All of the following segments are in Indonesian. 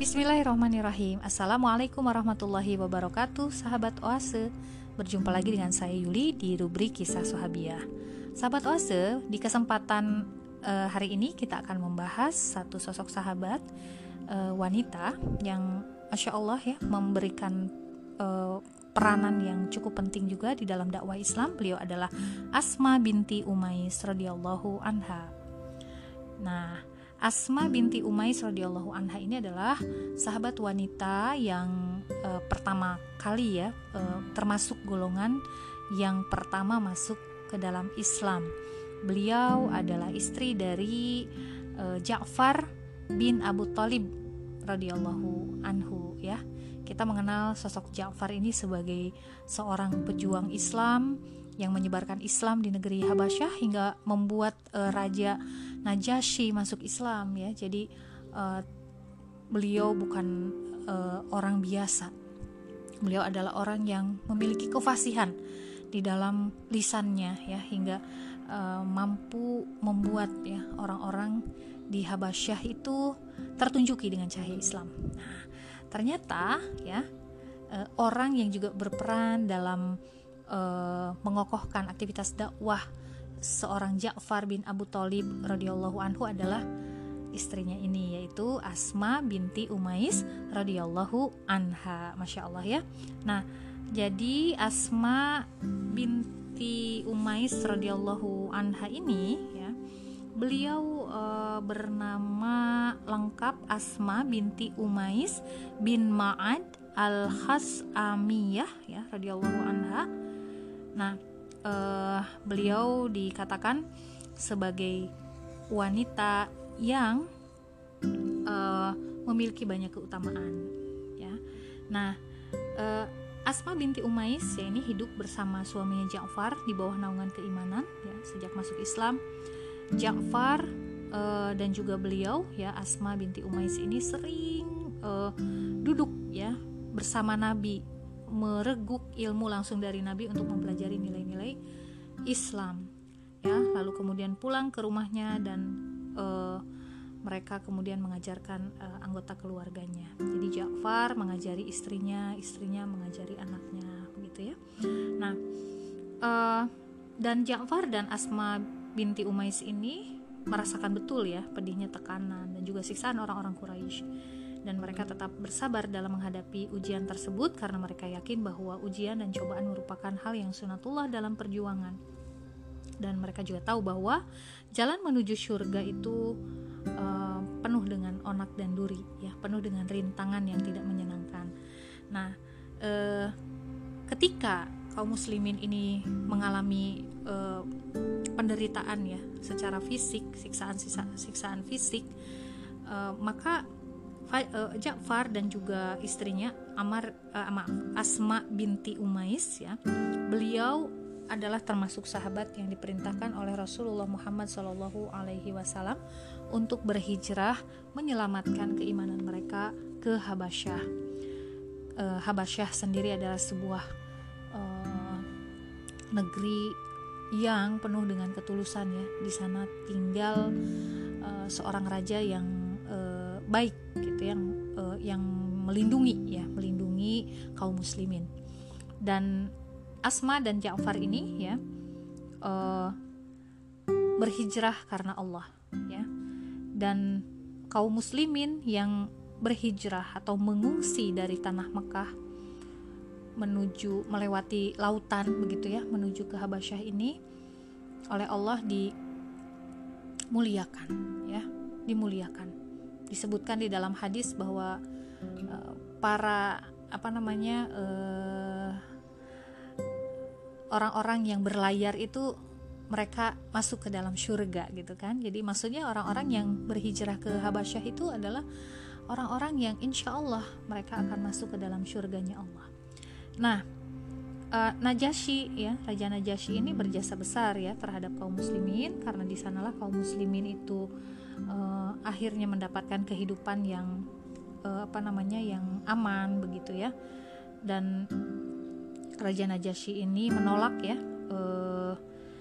Bismillahirrahmanirrahim. Assalamualaikum warahmatullahi wabarakatuh. Sahabat Oase, berjumpa lagi dengan saya Yuli di rubrik Kisah Sahabiah. Sahabat Oase, di kesempatan hari ini kita akan membahas satu sosok sahabat wanita yang Masya Allah ya, memberikan peranan yang cukup penting juga di dalam dakwah Islam. Beliau adalah Asma binti Umais radhiyallahu anha. Nah, Asma binti Umais radhiyallahu anha ini adalah sahabat wanita yang pertama kali ya, termasuk golongan yang pertama masuk ke dalam Islam. Beliau adalah istri dari Ja'far bin Abu Thalib radhiyallahu anhu ya. Kita mengenal sosok Ja'far ini sebagai seorang pejuang Islam yang menyebarkan Islam di negeri Habasyah hingga membuat Raja Najasyi masuk Islam ya. Jadi beliau bukan orang biasa. Beliau adalah orang yang memiliki kefasihan di dalam lisannya ya, hingga mampu membuat ya orang-orang di Habasyah itu tertunjuki dengan cahaya Islam. Nah, ternyata ya orang yang juga berperan dalam mengokohkan aktivitas dakwah seorang Ja'far bin Abu Thalib radhiyallahu anhu adalah istrinya ini, yaitu Asma binti Umais radhiyallahu anha. Masya Allah ya. Nah, jadi Asma binti Umais radhiyallahu anha ini ya, beliau bernama lengkap Asma binti Umais bin Ma'ad al-Khazamiyah ya radhiyallahu anha. Nah, beliau dikatakan sebagai wanita yang memiliki banyak keutamaan ya. Nah, Asma binti Umais ya ini hidup bersama suaminya Ja'far di bawah naungan keimanan ya sejak masuk Islam. Ja'far dan juga beliau ya, Asma binti Umais ini sering duduk ya bersama Nabi, mereguk ilmu langsung dari Nabi untuk mempelajari nilai-nilai Islam ya, lalu kemudian pulang ke rumahnya dan mereka kemudian mengajarkan anggota keluarganya. Jadi Ja'far mengajari istrinya mengajari anaknya begitu ya. Nah, dan Ja'far dan Asma binti Umais ini merasakan betul ya pedihnya tekanan dan juga siksaan orang-orang Quraisy. Dan mereka tetap bersabar dalam menghadapi ujian tersebut karena mereka yakin bahwa ujian dan cobaan merupakan hal yang sunatullah dalam perjuangan. Dan mereka juga tahu bahwa jalan menuju surga itu penuh dengan onak dan duri ya, penuh dengan rintangan yang tidak menyenangkan. Nah, ketika kaum muslimin ini mengalami penderitaan ya secara fisik, siksaan fisik, maka Ja'far dan juga istrinya Asma binti Umais ya, beliau adalah termasuk sahabat yang diperintahkan oleh Rasulullah Muhammad SAW untuk berhijrah menyelamatkan keimanan mereka ke Habasyah. Habasyah sendiri adalah sebuah negeri yang penuh dengan ketulusan ya. Di sana tinggal seorang raja yang baik gitu, yang melindungi kaum muslimin. Dan Asma dan Ja'far ini ya berhijrah karena Allah ya. Dan kaum muslimin yang berhijrah atau mengungsi dari tanah Mekah melewati lautan begitu ya, menuju ke Habasyah ini oleh Allah dimuliakan. Disebutkan di dalam hadis bahwa para orang-orang yang berlayar itu mereka masuk ke dalam surga gitu kan. Jadi maksudnya orang-orang yang berhijrah ke Habasyah itu adalah orang-orang yang insya Allah mereka akan masuk ke dalam surganya Allah. Nah, Najasyi ya, Raja Najasyi ini berjasa besar ya terhadap kaum muslimin, karena di sanalah kaum muslimin itu akhirnya mendapatkan kehidupan yang yang aman begitu ya. Dan Raja Najasyi ini menolak ya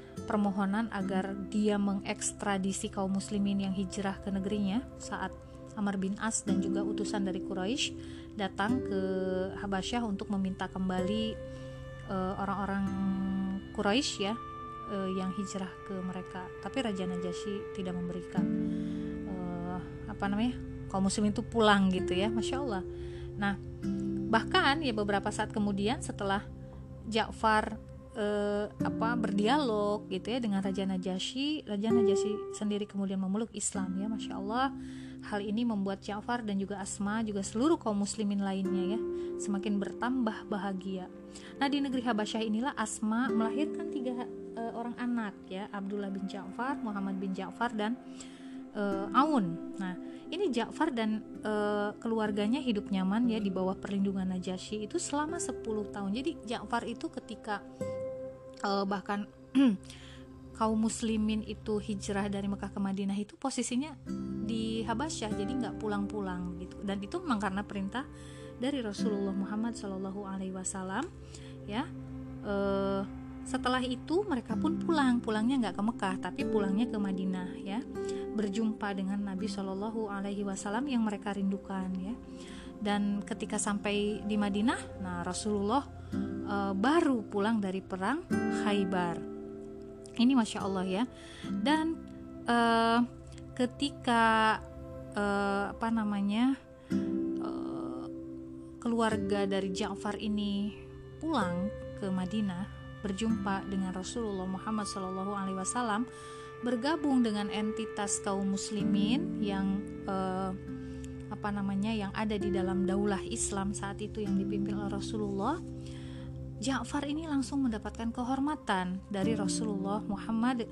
permohonan agar dia mengekstradisi kaum muslimin yang hijrah ke negerinya saat Amr bin As dan juga utusan dari Quraisy datang ke Habasyah untuk meminta kembali orang-orang Quraisy ya yang hijrah ke mereka. Tapi Raja Najasyi tidak memberikan kaum muslim itu pulang gitu ya, Masya Allah. Nah, bahkan ya beberapa saat kemudian setelah Ja'far berdialog gitu ya dengan Raja Najasyi sendiri kemudian memeluk Islam ya, Masya Allah. Hal ini membuat Ja'far dan juga Asma juga seluruh kaum muslimin lainnya ya semakin bertambah bahagia. Nah, di negeri Habasyah inilah Asma melahirkan 3 orang anak ya, Abdullah bin Ja'far, Muhammad bin Ja'far dan Aun. Nah, ini Ja'far dan keluarganya hidup nyaman ya di bawah perlindungan Najasyi itu selama 10 tahun. Jadi Ja'far itu ketika bahkan kaum muslimin itu hijrah dari Mekah ke Madinah itu posisinya di Habasyah, jadi nggak pulang-pulang gitu. Dan itu memang karena perintah dari Rasulullah Muhammad SAW ya. Setelah itu mereka pun pulangnya nggak ke Mekah, tapi pulangnya ke Madinah ya, berjumpa dengan Nabi SAW yang mereka rindukan ya. Dan ketika sampai di Madinah, nah Rasulullah baru pulang dari perang Khaybar. Ini Masya Allah ya. Dan ketika keluarga dari Ja'far ini pulang ke Madinah, berjumpa dengan Rasulullah Muhammad SAW, bergabung dengan entitas kaum muslimin yang yang ada di dalam daulah Islam saat itu yang dipimpin oleh Rasulullah. Ja'far ini langsung mendapatkan kehormatan dari Rasulullah Muhammad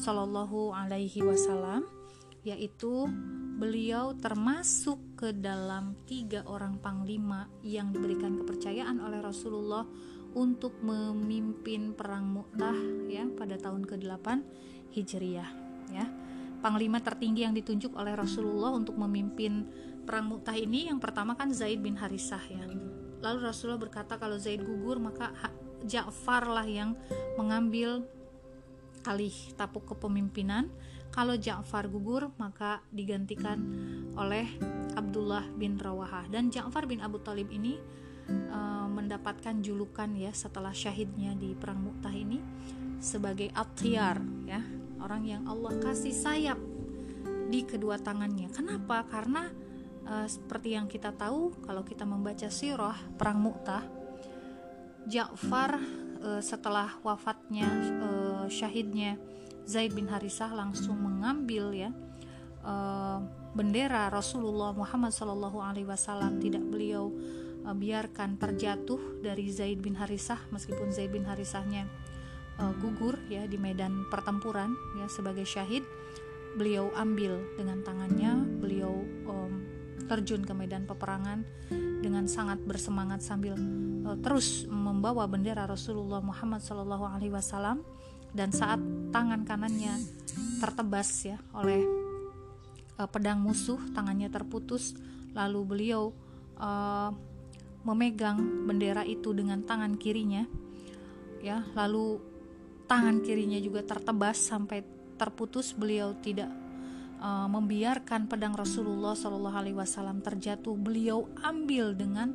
SAW, yaitu beliau termasuk ke dalam 3 orang panglima yang diberikan kepercayaan oleh Rasulullah untuk memimpin perang Mu'tah ya pada tahun ke-8 Hijriyah ya. Panglima tertinggi yang ditunjuk oleh Rasulullah untuk memimpin perang Mu'tah ini yang pertama kan Zaid bin Harisah ya. Lalu Rasulullah berkata kalau Zaid gugur maka Ja'far lah yang mengambil alih tapuk kepemimpinan. Kalau Ja'far gugur maka digantikan oleh Abdullah bin Rawahah. Dan Ja'far bin Abu Thalib ini mendapatkan julukan ya setelah syahidnya di perang Mu'tah ini sebagai At-Tiyar ya, orang yang Allah kasih sayap di kedua tangannya. Kenapa? Karena seperti yang kita tahu kalau kita membaca sirah perang Mu'tah, Ja'far setelah wafatnya syahidnya Zaid bin Harisah langsung mengambil ya bendera Rasulullah Muhammad SAW. Tidak beliau biarkan terjatuh dari Zaid bin Harisah, meskipun Zaid bin Harisahnya gugur ya di medan pertempuran ya sebagai syahid. Beliau ambil dengan tangannya, beliau terjun ke medan peperangan dengan sangat bersemangat sambil terus membawa bendera Rasulullah Muhammad SAW. Dan saat tangan kanannya tertebas ya oleh pedang musuh, tangannya terputus, lalu beliau memegang bendera itu dengan tangan kirinya ya, lalu tangan kirinya juga tertebas sampai terputus. Beliau tidak membiarkan pedang Rasulullah SAW terjatuh. Beliau ambil dengan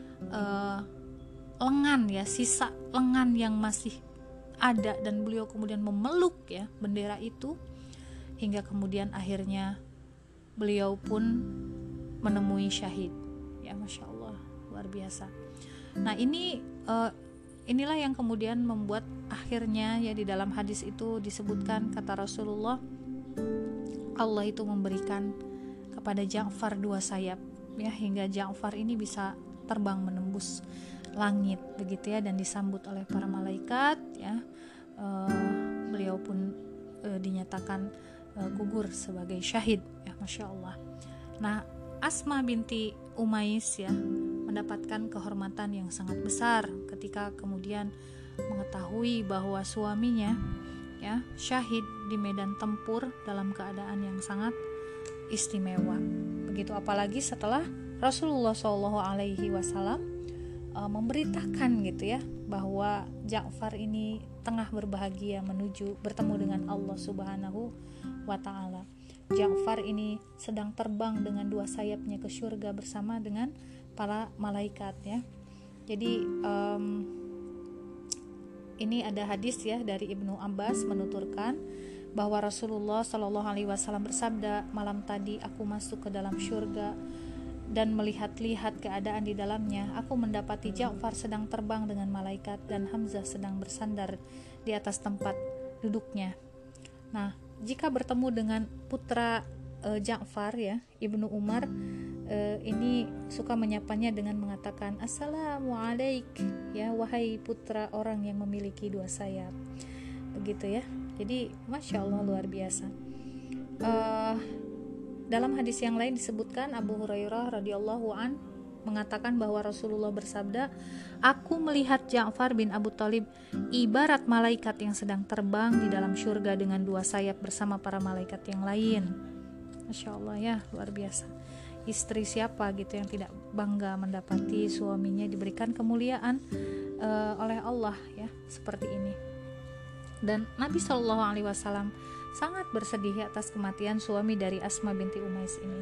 lengan ya, sisa lengan yang masih ada, dan beliau kemudian memeluk ya bendera itu hingga kemudian akhirnya beliau pun menemui syahid ya, Masya Allah, luar biasa. Nah inilah yang kemudian membuat akhirnya ya di dalam hadis itu disebutkan kata Rasulullah, Allah itu memberikan kepada Ja'far 2 sayap ya, hingga Ja'far ini bisa terbang menembus langit begitu ya, dan disambut oleh para malaikat ya. Beliau pun dinyatakan gugur sebagai syahid ya, Masya Allah. Nah, Asma binti Umais ya mendapatkan kehormatan yang sangat besar ketika kemudian mengetahui bahwa suaminya ya syahid di medan tempur dalam keadaan yang sangat istimewa. Begitu apalagi setelah Rasulullah SAW memberitakan gitu ya bahwa Ja'far ini tengah berbahagia menuju bertemu dengan Allah Subhanahu wa taala. Ja'far ini sedang terbang dengan dua sayapnya ke surga bersama dengan para malaikat ya. Jadi ini ada hadis ya dari Ibnu Abbas menuturkan bahwa Rasulullah Shallallahu Alaihi Wasallam bersabda, malam tadi aku masuk ke dalam surga dan melihat-lihat keadaan di dalamnya. Aku mendapati Ja'far sedang terbang dengan malaikat dan Hamzah sedang bersandar di atas tempat duduknya. Nah, jika bertemu dengan putra Ja'far ya, Ibnu Umar ini suka menyapanya dengan mengatakan Assalamualaik ya, wahai putra orang yang memiliki dua sayap. Begitu ya. Jadi Masya Allah luar biasa. Dalam hadis yang lain disebutkan Abu Hurairah radhiyallahu an mengatakan bahwa Rasulullah bersabda, aku melihat Ja'far bin Abu Thalib ibarat malaikat yang sedang terbang di dalam surga dengan dua sayap bersama para malaikat yang lain. Masya Allah ya, luar biasa. Istri siapa gitu yang tidak bangga mendapati suaminya diberikan kemuliaan oleh Allah ya, seperti ini. Dan Nabi Shallallahu Alaihi Wasallam sangat bersedih atas kematian suami dari Asma binti Umais ini.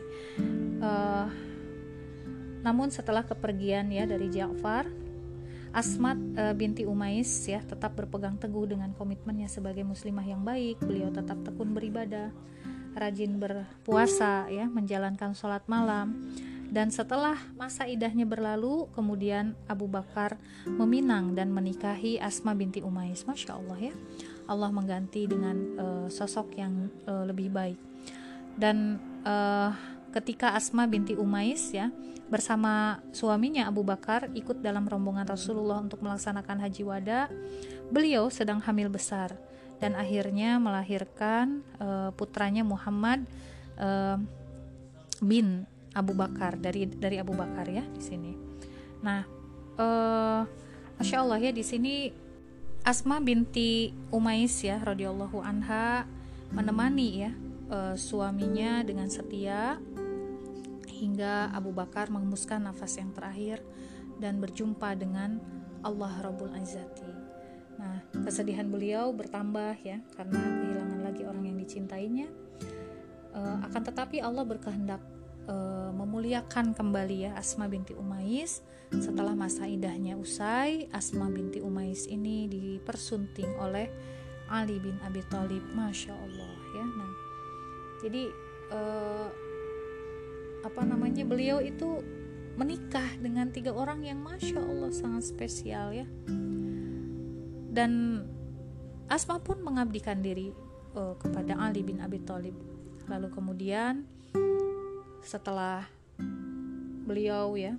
Namun setelah kepergian ya dari Ja'far, Asma binti Umais ya tetap berpegang teguh dengan komitmennya sebagai muslimah yang baik. Beliau tetap tekun beribadah, rajin berpuasa ya, menjalankan sholat malam. Dan setelah masa idahnya berlalu, kemudian Abu Bakar meminang dan menikahi Asma binti Umais. Masya Allah ya, Allah mengganti dengan sosok yang lebih baik. Dan ketika Asma binti Umais ya bersama suaminya Abu Bakar ikut dalam rombongan Rasulullah untuk melaksanakan haji wada, beliau sedang hamil besar dan akhirnya melahirkan putranya Muhammad bin Abu Bakar dari Abu Bakar ya di sini. Nah, Masya Allah ya, di sini Asma binti Umais ya radhiyallahu anha menemani ya suaminya dengan setia hingga Abu Bakar mengembuskan nafas yang terakhir dan berjumpa dengan Allah Rabbul Izzati. Nah, kesedihan beliau bertambah ya karena kehilangan lagi orang yang dicintainya. Akan tetapi Allah berkehendak memuliakan kembali ya Asma binti Umais. Setelah masa idahnya usai, Asma binti Umais ini dipersunting oleh Ali bin Abi Thalib. Masya Allah ya. Nah, jadi beliau itu menikah dengan 3 orang yang Masya Allah sangat spesial ya. Dan Asma pun mengabdikan diri kepada Ali bin Abi Thalib. Lalu kemudian setelah beliau ya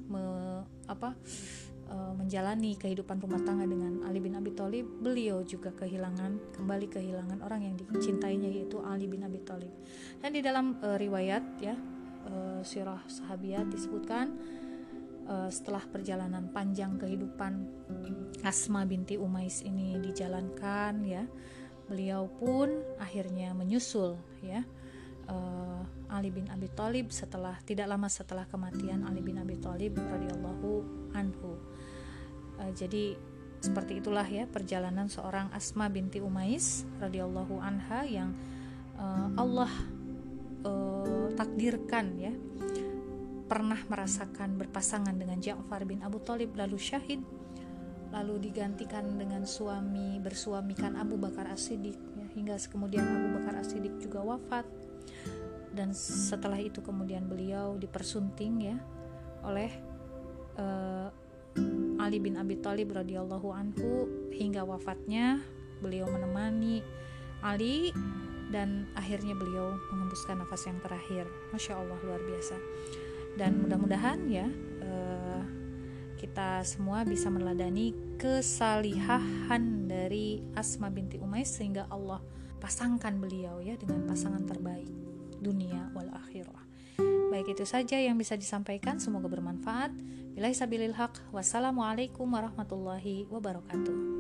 menjalani kehidupan rumah tangga dengan Ali bin Abi Thalib, beliau juga kembali kehilangan orang yang dicintainya, yaitu Ali bin Abi Thalib. Dan di dalam riwayat ya sirah sahabiat disebutkan setelah perjalanan panjang kehidupan Asma binti Umais ini dijalankan ya, beliau pun akhirnya menyusul ya Ali bin Abi Thalib tidak lama setelah kematian Ali bin Abi Thalib radhiyallahu anhu. Jadi seperti itulah ya perjalanan seorang Asma binti Umais radhiyallahu anha yang Allah takdirkan ya pernah merasakan berpasangan dengan Ja'far bin Abu Thalib lalu syahid, lalu digantikan dengan bersuamikan Abu Bakar As-Siddiq ya, hingga kemudian Abu Bakar As-Siddiq juga wafat. Dan setelah itu kemudian beliau dipersunting ya oleh Ali bin Abi Thalib radhiyallahu anhu hingga wafatnya. Beliau menemani Ali dan akhirnya beliau mengembuskan nafas yang terakhir. Masya Allah luar biasa. Dan mudah-mudahan ya kita semua bisa meneladani kesalihahan dari Asma binti Umais sehingga Allah pasangkan beliau ya dengan pasangan terbaik dunia wal akhirah. Baik, itu saja yang bisa disampaikan, semoga bermanfaat. Billahi sabilil haq. Wassalamualaikum warahmatullahi wabarakatuh.